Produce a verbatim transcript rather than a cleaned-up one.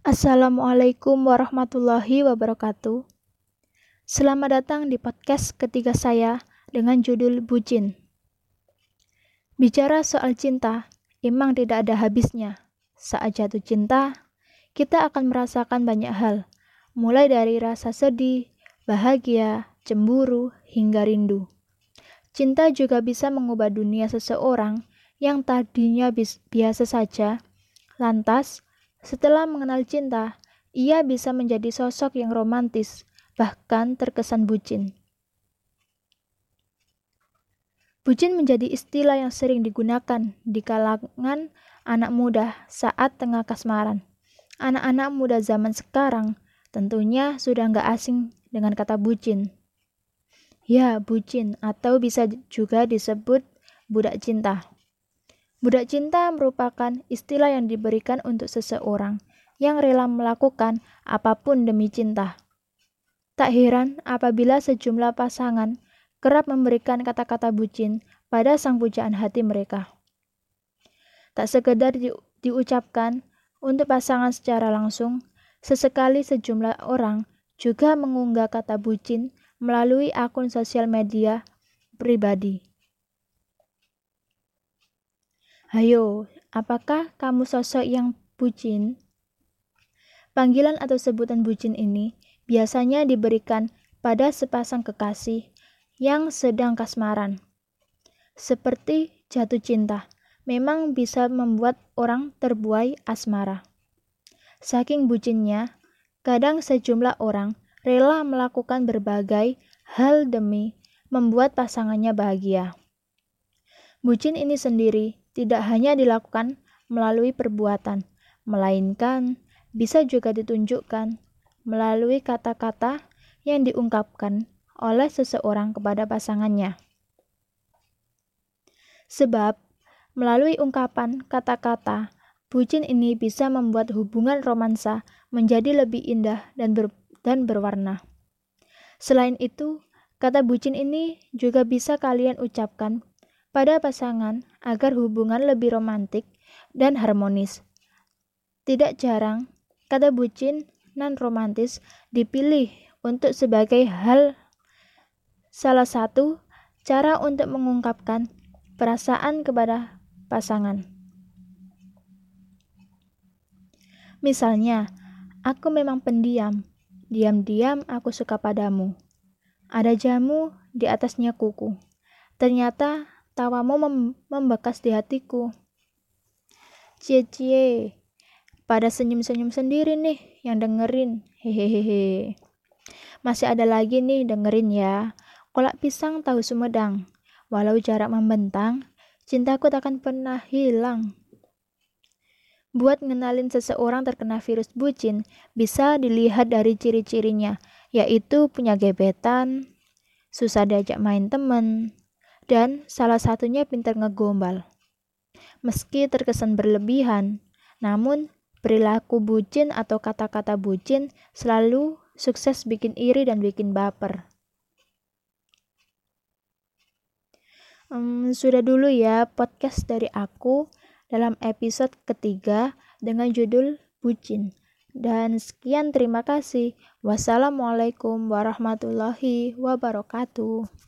Assalamualaikum warahmatullahi wabarakatuh. Selamat datang di podcast ketiga saya dengan judul Bucin. Bicara soal cinta, emang tidak ada habisnya. Saat jatuh cinta, kita akan merasakan banyak hal, mulai dari rasa sedih, bahagia, cemburu, hingga rindu. Cinta juga bisa mengubah dunia seseorang yang tadinya biasa saja. Lantas, setelah mengenal cinta, ia bisa menjadi sosok yang romantis, bahkan terkesan bucin. Bucin menjadi istilah yang sering digunakan di kalangan anak muda saat tengah kasmaran. Anak-anak muda zaman sekarang tentunya sudah nggak asing dengan kata bucin. Ya, bucin atau bisa juga disebut budak cinta. Budak cinta merupakan istilah yang diberikan untuk seseorang yang rela melakukan apapun demi cinta. Tak heran apabila sejumlah pasangan kerap memberikan kata-kata bucin pada sang pujaan hati mereka. Tak sekedar di, diucapkan untuk pasangan secara langsung, sesekali sejumlah orang juga mengunggah kata bucin melalui akun sosial media pribadi. Hayo, apakah kamu sosok yang bucin? Panggilan atau sebutan bucin ini biasanya diberikan pada sepasang kekasih yang sedang kasmaran. Seperti jatuh cinta, memang bisa membuat orang terbuai asmara. Saking bucinnya, kadang sejumlah orang rela melakukan berbagai hal demi membuat pasangannya bahagia. Bucin ini sendiri tidak hanya dilakukan melalui perbuatan, melainkan bisa juga ditunjukkan melalui kata-kata yang diungkapkan oleh seseorang kepada pasangannya. Sebab, melalui ungkapan kata-kata, bucin ini bisa membuat hubungan romansa menjadi lebih indah dan, ber, dan berwarna. Selain itu, kata bucin ini juga bisa kalian ucapkan pada pasangan agar hubungan lebih romantis dan harmonis. Tidak jarang, kata bucin non romantis dipilih untuk sebagai hal salah satu cara untuk mengungkapkan perasaan kepada pasangan. Misalnya, aku memang pendiam, diam-diam aku suka padamu. Ada jamu di atasnya kuku. Ternyata tawamu mem- membekas di hatiku. Cie-cie, pada senyum-senyum sendiri nih yang dengerin. Hehehe. Masih ada lagi nih dengerin ya. Kolak pisang tahu Sumedang. Walau jarak membentang, cintaku takkan pernah hilang. Buat ngenalin seseorang terkena virus bucin, bisa dilihat dari ciri-cirinya, yaitu punya gebetan, susah diajak main temen, dan salah satunya pintar ngegombal. Meski terkesan berlebihan, namun perilaku bucin atau kata-kata bucin selalu sukses bikin iri dan bikin baper. Hmm, sudah dulu ya podcast dari aku dalam episode ketiga dengan judul Bucin. Dan sekian, terima kasih. Wassalamualaikum warahmatullahi wabarakatuh.